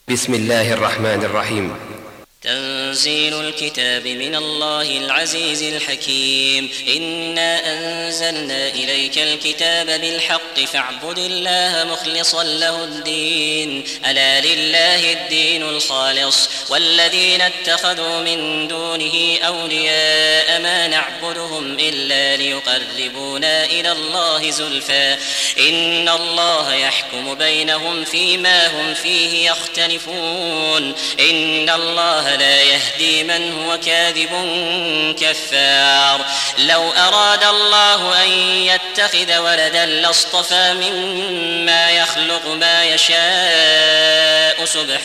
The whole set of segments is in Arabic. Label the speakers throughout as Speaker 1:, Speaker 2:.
Speaker 1: بسم الله الرحمن الرحيم.
Speaker 2: تنزيل الكتاب من الله العزيز الحكيم. إنا أنزلنا إليك الكتاب بالحق فاعبد الله مخلصا له الدين ألا لله الدين الخالص والذين اتخذوا من دونه أولياء ما نعبدهم إلا ليقربونا إلى الله زلفى إن الله يحكم بينهم فيما هم فيه يختلفون إن الله لا يهدي من هو كاذب كفار. لو أراد الله أن يتخذ ولدا لاصطفى مما يخلق ما يشاء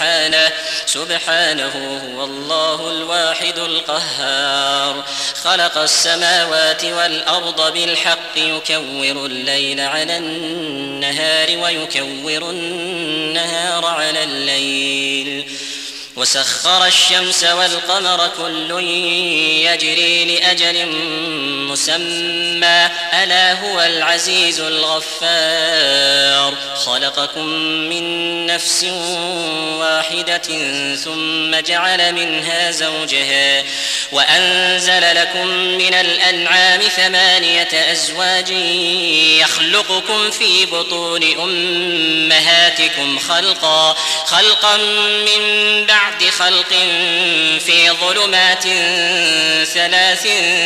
Speaker 2: سبحانه هو الله الواحد القهار. خلق السماوات والأرض بالحق يكور الليل على النهار ويكور النهار على الليل وسخر الشمس والقمر كل يجري لأجل مسمى ألا هو العزيز الغفار. خلقكم من نفس واحدة ثم جعل منها زوجها وأنزل لكم من الأنعام 8 أزواج يخلقكم في بطون أمهاتكم خلقا من بعد خلق في ظلمات 3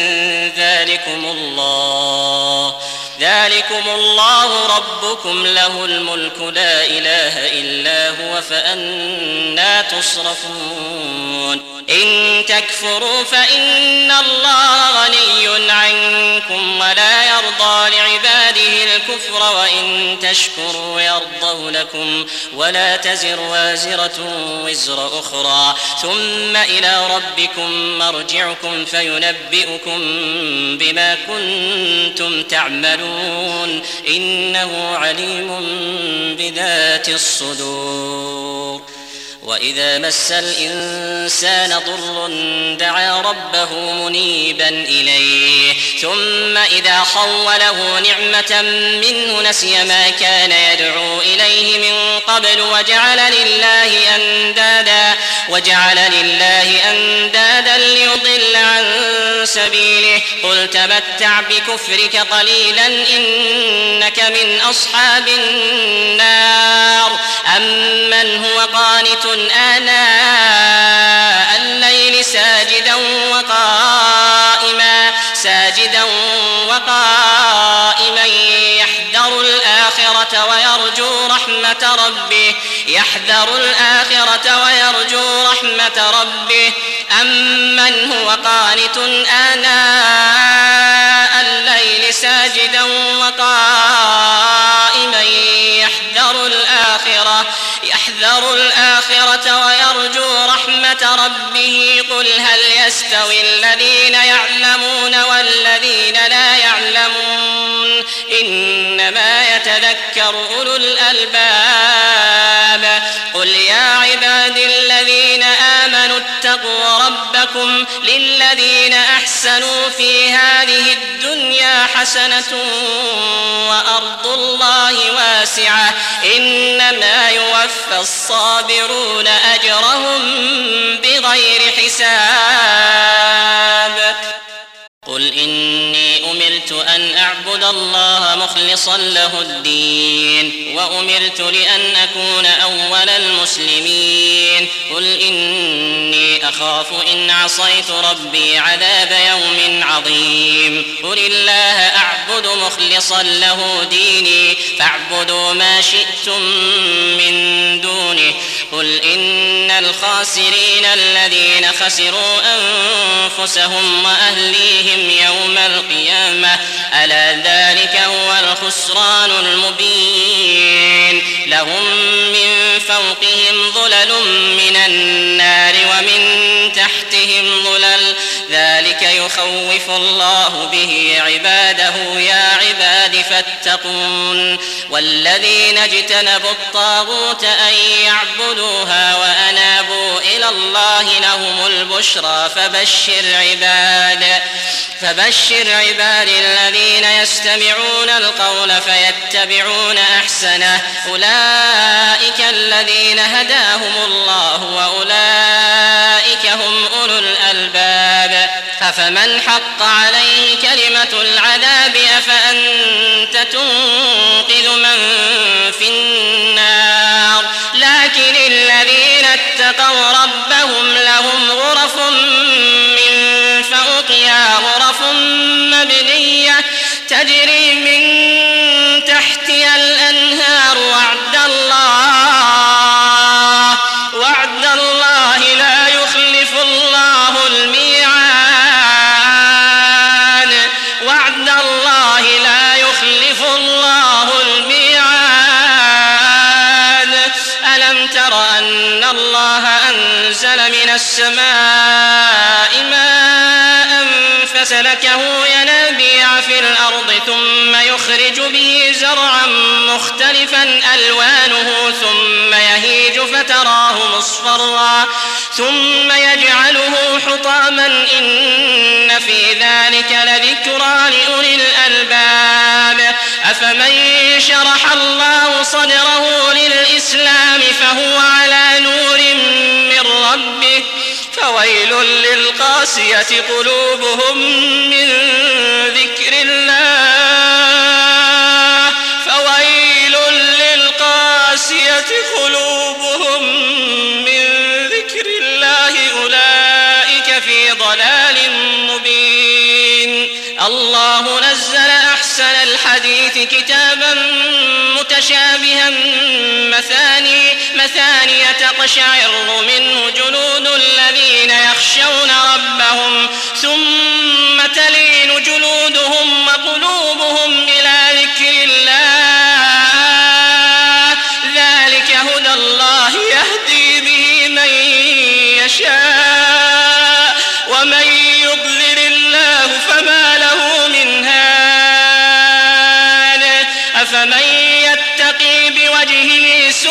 Speaker 2: ذلكم الله ربكم له الملك لا إله إلا هو فأنى تصرفون. إن تكفروا فإن الله غني عنكم ولا يرضى لعباده الكفر وإن تشكروا يرضه لكم ولا تزر وازرة وزر أخرى ثم إلى ربكم مرجعكم فينبئكم بما كنتم تعملون إنه عليم بذات الصدور. وإذا مس الإنسان ضر دعا ربه منيبا إليه ثم إذا خوله نعمة منه نسي ما كان يدعو إليه من قبل وجعل لله أندادا ليضل عن سبيله قل تمتع بكفرك قليلا إنك من أصحاب النار. أمن هو قانت آناء الليل ساجدا وقائما يحذر الآخرة ويرجو رحمة ربه أمن هو قانت آناء الليل ساجدا وقائما يحذر الآخرة ويرجو رحمة ربه قل هل يستوي الذين يعلمون والذين لا يعلمون إنما يتذكر أولو الألباب. قل يا عبادي الذين آمنوا اتقوا ربكم للذين أحسنوا في هذه الدنيا حسنة وأرض الله واسعة إنما يوفى الصابرون أجرهم بغير حساب. قل إني أمرت أن أعبد الله مخلصا له الدين وأمرت لأن أكون أول المسلمين. قل إني أخاف إن عصيت ربي عذاب يوم عظيم. قل الله أعبد مخلصا له ديني فاعبدوا ما شئتم من دونه. قل إن الخاسرين الذين خسروا أنفسهم وأهليهم يوم القيامة ألا ذلك هو الخسران المبين. لهم من فوقهم ظلل من النار ومن تحتهم ظلل ذلك يخوف الله به عباده يا عباد فاتقون. والذين اجتنبوا الطاغوت أن يعبدوها وأنابوا إلى الله لهم البشرى البشرى فبشر عباد الذين يستمعون القول فيتبعون أحسنه أولئك الذين هداهم الله وأولئك هم أولو الألباب أفمن حق عليه كلمة العذاب أفأنت تنقذ من في النار لكن الذين اتقوا ربهم لهم غرف من فوقها غرف مبنية تجري من تحتها الأنهار وعد الله لا يخلف الله الميعاد ألم تر أن الله أنزل من السماء ماء فسلكه ينابيع في الأرض ثم يخرج به زرعا مختلفا ألوانه ثم يهيج فتراه مصفرا ثم يجعله حطاما إن في ذلك لذكرى لأولي الألباب أفمن شرح الله صدره للإسلام فهو على نور من ربه فويل للقاسية قلوبهم من ذكر الله أولئك في ضلال مبين. الله نزل أحسن الحديث كتابا متشابها مثانية تقشعر منه جلود الذين يخشون ربهم ثم تلين جلودهم وقلوبهم إلى ذكر الله ذلك هدى الله يهدي به من يشاء ومن يضلل الله فما له من هاد أفمن يتقي بوجهه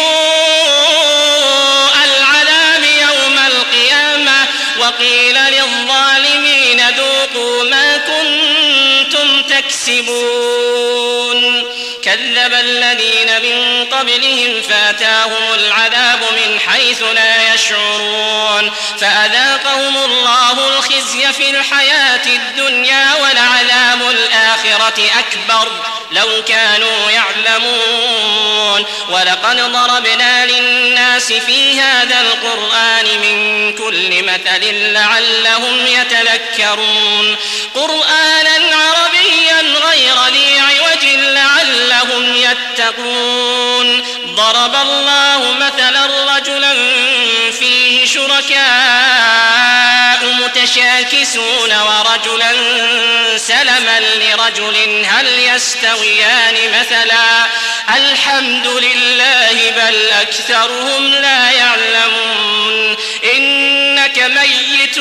Speaker 2: سوء العذاب يوم القيامة وقيل للظالمين ذوقوا ما كنتم تكسبون. كذب الذين من قبلهم فأتاهم العذاب من حيث لا يشعرون فأذاقهم الله الخزي في الحياة الدنيا ولعذاب الآخرة أكبر لو كانوا يعلمون. ولقد ضربنا للناس في هذا القرآن من كل مثل لعلهم يتذكرون قرآنا عربيا غير ذي عوج لعلهم يتقون. ضرب الله مثلا رجلا فيه شركاء متشاكسون ورجلا سلما لرجل هل يستويان مثلا الحمد لله بل أكثرهم لا يعلمون. إنك ميت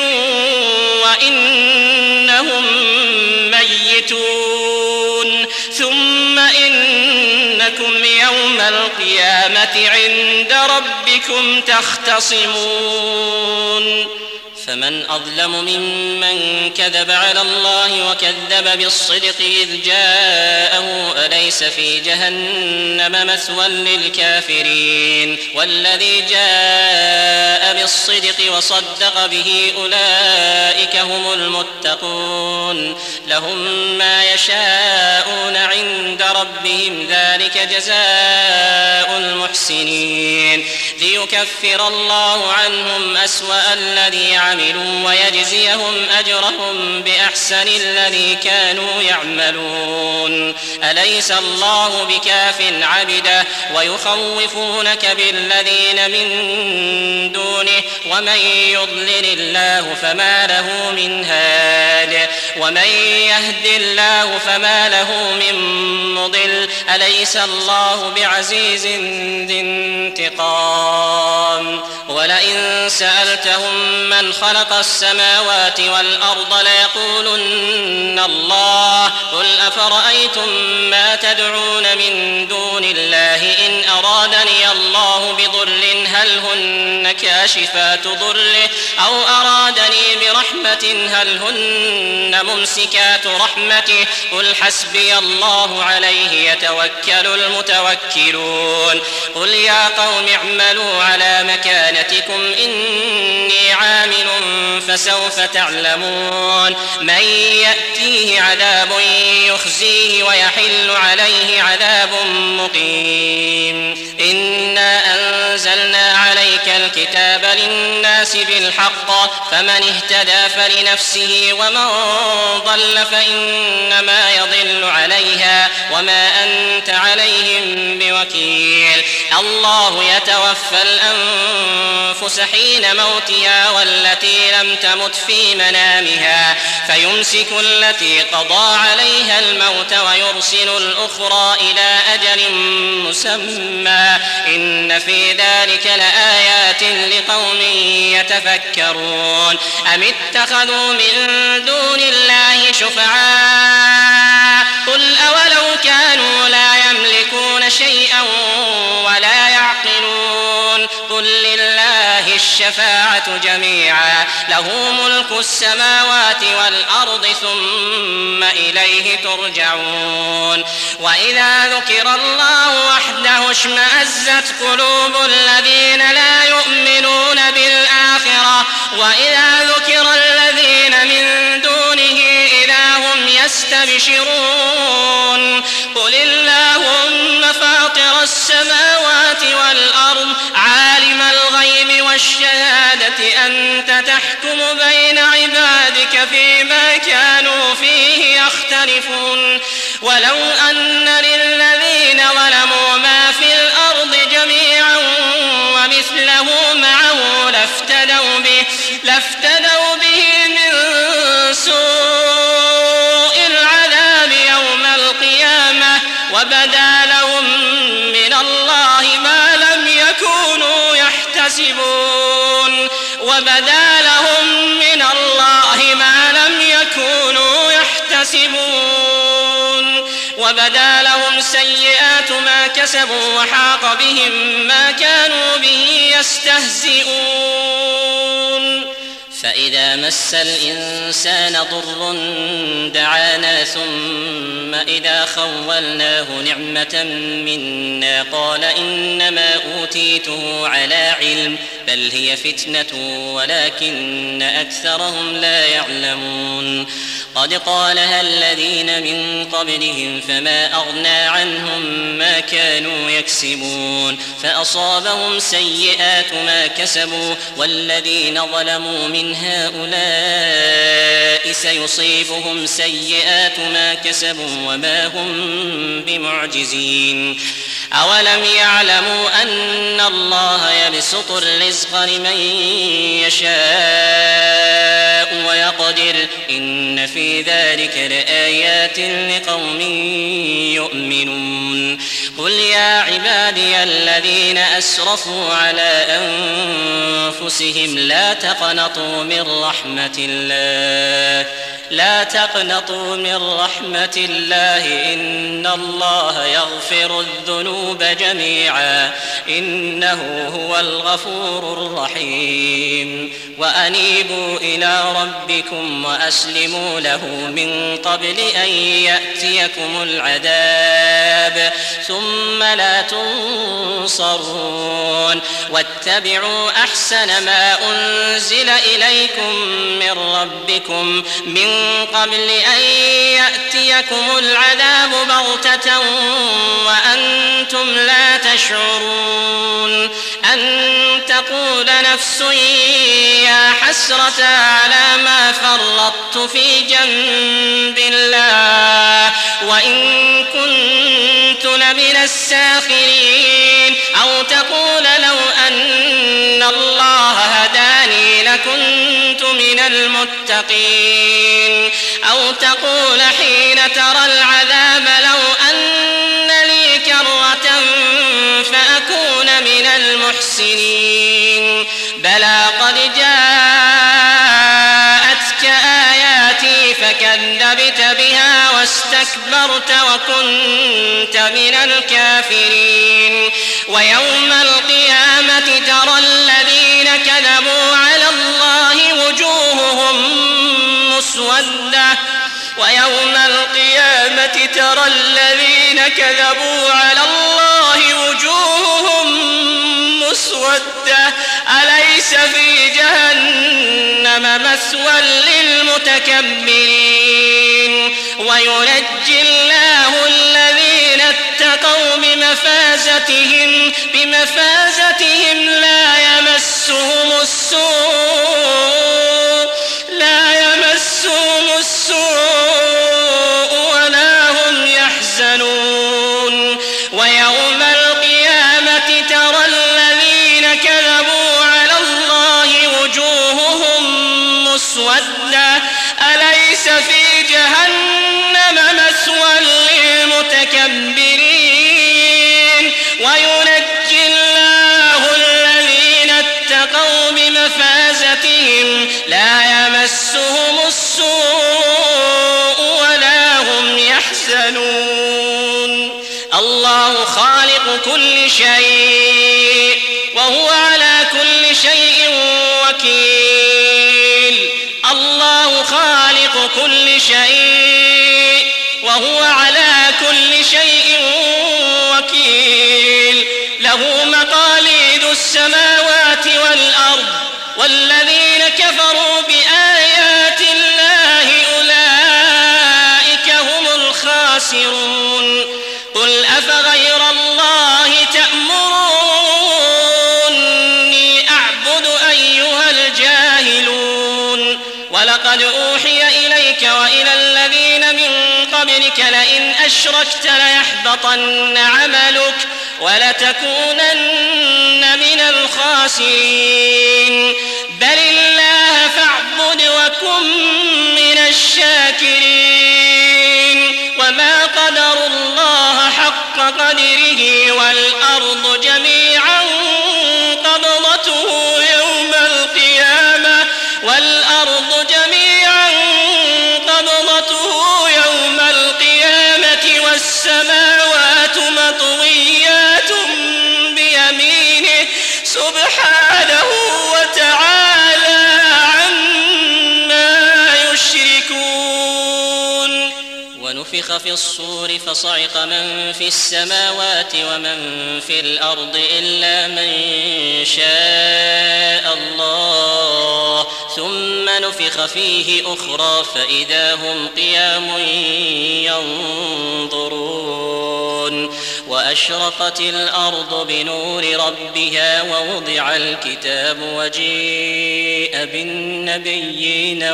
Speaker 2: وإنهم ميتون ثم إنكم يوم القيامة عند ربكم تختصمون. فمن أظلم ممن كذب على الله وكذب بالصدق إذ جاءه أليس في جهنم مثوى للكافرين والذي جاء بالصدق وصدق به أولئك هم المتقون لهم ما يشاءون عند ربهم ذلك جزاء المحسنين ليكفر الله عنهم أسوأ الذي عملوا ويجزيهم أجرهم بأحسن الذي كانوا يعملون. أليس الله بكاف عبده ويخوفونك بالذين من دونه ومن يضلل الله فما له من هاد ومن يهد الله فما له من مضل. أليس الله بعزيز ذي انتقام. ولئن سألتهم من خلق السماوات والأرض ليقولن الله قل أفرأيتم ما تدعون من دون الله إن أرادني الله بضر هل هن كاشفات ضره أو أرادني برحمة هل هن ممسكات رحمته قل حسبي الله عليه يتوكل المتوكلون قل يا قوم اعملوا على مكانتكم إني عامل فسوف تعلمون من يأتيه عذاب يخزيه ويحل عليه عذاب مقيم إنا أنزلنا عليك الكتاب للناس بالحق فمن اهتدى فلنفسه ومن ضل فإنما يضل عليها وما أنت عليهم بوكيل الله يتوفى الأنفس حين موتها والتي لم تمت في منامها فيمسك التي قضى عليها الموت ويرسل الأخرى إلى أجل مسمى إن في ذلك لآيات لقوم يتفكرون أم اتخذوا من دون الله شفعاء قل أولو كانوا لا يملكون شيئا ولا يعقلون قل لله الشفاعة جميعا له ملك السماوات والأرض ثم إليه ترجعون وإذا ذكر الله وحده اشمأزت قلوب الذين لا يؤمنون بالآخرة وإذا ذكر الذين من دونه إذا هم يستبشرون قل اللهم فاطر السماوات والأرض عالم الغيب والشهادة أنت تحكم بين عبادك فيما كانوا فيه يختلفون ولو أن للذين ظلموا ما في الأرض جميعا ومثله معه لافتدوا به من سوء العذاب يوم القيامة وبدا لهم من الله ما لم يكونوا يحتسبون وبدا لهم سيئات ما كسبوا وحاق بهم ما كانوا به يستهزئون فإذا مس الإنسان ضر دعانا ثم إذا خولناه نعمة منا قال إنما أوتيته على علم بل هي فتنة ولكن أكثرهم لا يعلمون قد قالها الذين من قبلهم فما أغنى عنهم ما كانوا يكسبون فأصابهم سيئات ما كسبوا والذين ظلموا من هؤلاء سيصيبهم سيئات ما كسبوا وما هم بمعجزين أولم يعلموا أن الله يبسط الرزق لمن يشاء ويقدر إن في ذلك لآيات لقوم يؤمنون قل يا عبادي الذين أسرفوا على أنفسهم لا تقنطوا من رحمة الله إن الله يغفر الذنوب جميعا إنه هو الغفور الرحيم وأنيبوا إلى ربكم وأسلموا له من قبل أن يأتيكم العذاب ثم لا تنصرون واتبعوا أحسن ما أنزل إليكم من ربكم من قبل أن يأتيكم العذاب بغتة وأنتم لا تشعرون أن تقول نفس يا حسرة على ما فرطت في جنب الله وإن كنت لمن الساخرين أو تقول لو أن الله هداني لكنت من المتقين أو تقول حين ترى العذاب لو أن لي كرة فأكون من المحسنين بلى قد جاءتك آياتي فكذبت بها واستكبرت وكنت من الكافرين ويوم القيامة ترى ترى الذين كذبوا على الله وجوههم مسودة أليس في جهنم مثوى للمتكبرين وينجي الله الذين اتقوا بمفازتهم لا يمسهم السوء ولا هم يحزنون ويوم القيامة ترى الذين كذبوا على الله وجوههم مسودة أليس في جهنم مثوى للمتكبرين وينجي الله الذين اتقوا بمفازتهم لا يمسهم السوء ولا هم يحزنون الله خالق كل شيء وهو على كل شيء وكيل الله خالق كل شيء وهو على كل شيء وكيل له مقاليد السماوات والأرض والذين كفروا بآيات الله أولئك هم الخاسرون قل أفغير الله تأمروني أعبد أيها الجاهلون ولقد أوحي إليك وإلى الذين من قبلك لئن أشركت ليحبطن عملك ولتكونن من الخاسرين بل الله فاعبد وكن من الشاكرين وما قدروا الله حق قدره والأرض جميعا قبضته يوم القيامة والسماوات مطويات بيمينه سبحانه وتعالى عما يشركون ونفخ في الصور فصعق من في السماوات ومن في الأرض إلا من شاء الله ثم نفخ فيه أخرى فإذا هم قيام ينظرون وأشرقت الأرض بنور ربها ووضع الكتاب وجيء بالنبيين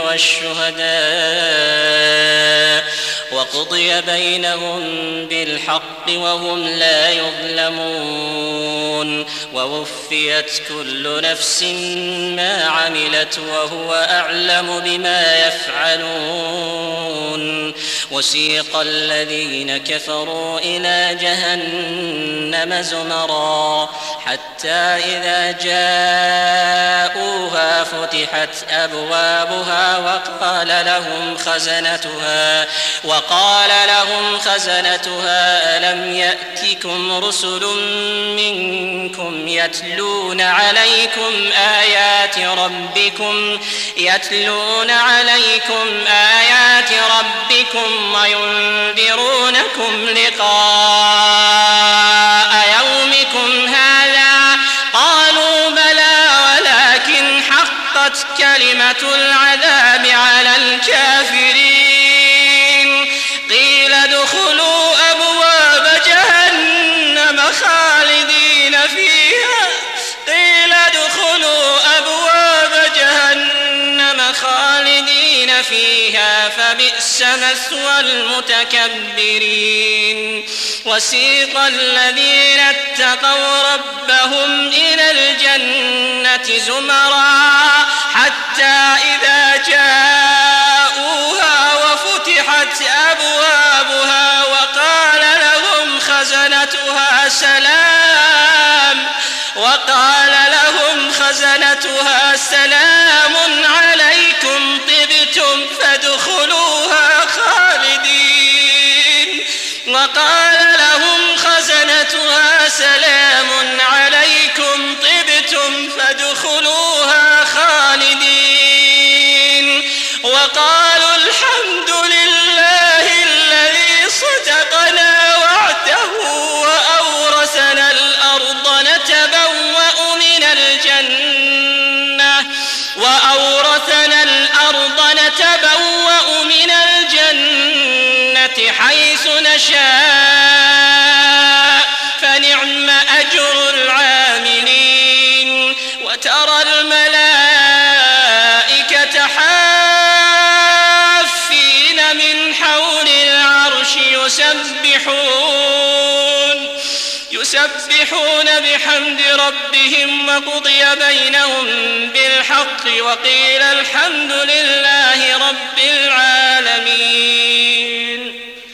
Speaker 2: والشهداء وقضي بينهم بالحق وهم لا يظلمون ووفيت كل نفس ما عملت وهو أعلم بما يفعلون وسيق الذين كفروا إلى جهنم زمرا حتى إذا جاءوها فتحت أبوابها وقال لهم خزنتها ألم يأتكم رسل منكم يتلون عليكم آيات ربكم وينذرونكم لقاء يومكم هذا قالوا بلى ولكن حقت كلمة العذاب على الكافرين قيل ادخلوا أبواب جهنم خالدين فيها فبئس مثوى المتكبرين وسيق الذين اتقوا ربهم إلى الجنة زمرا حتى إذا جاءوها وفتحت أبوابها وقال لهم خزنتها سلام عليكم طبتم فادخلوها خالدين وقال لهم خزنتها سلام عليكم طبتم فادخلوها خالدين وقالوا الحمد لله الذي صدق حيث نشاء فنعم أجر العاملين وترى الملائكة حافين من حول العرش يسبحون بحمد ربهم وقضي بينهم بالحق وقيل الحمد لله رب العالمين.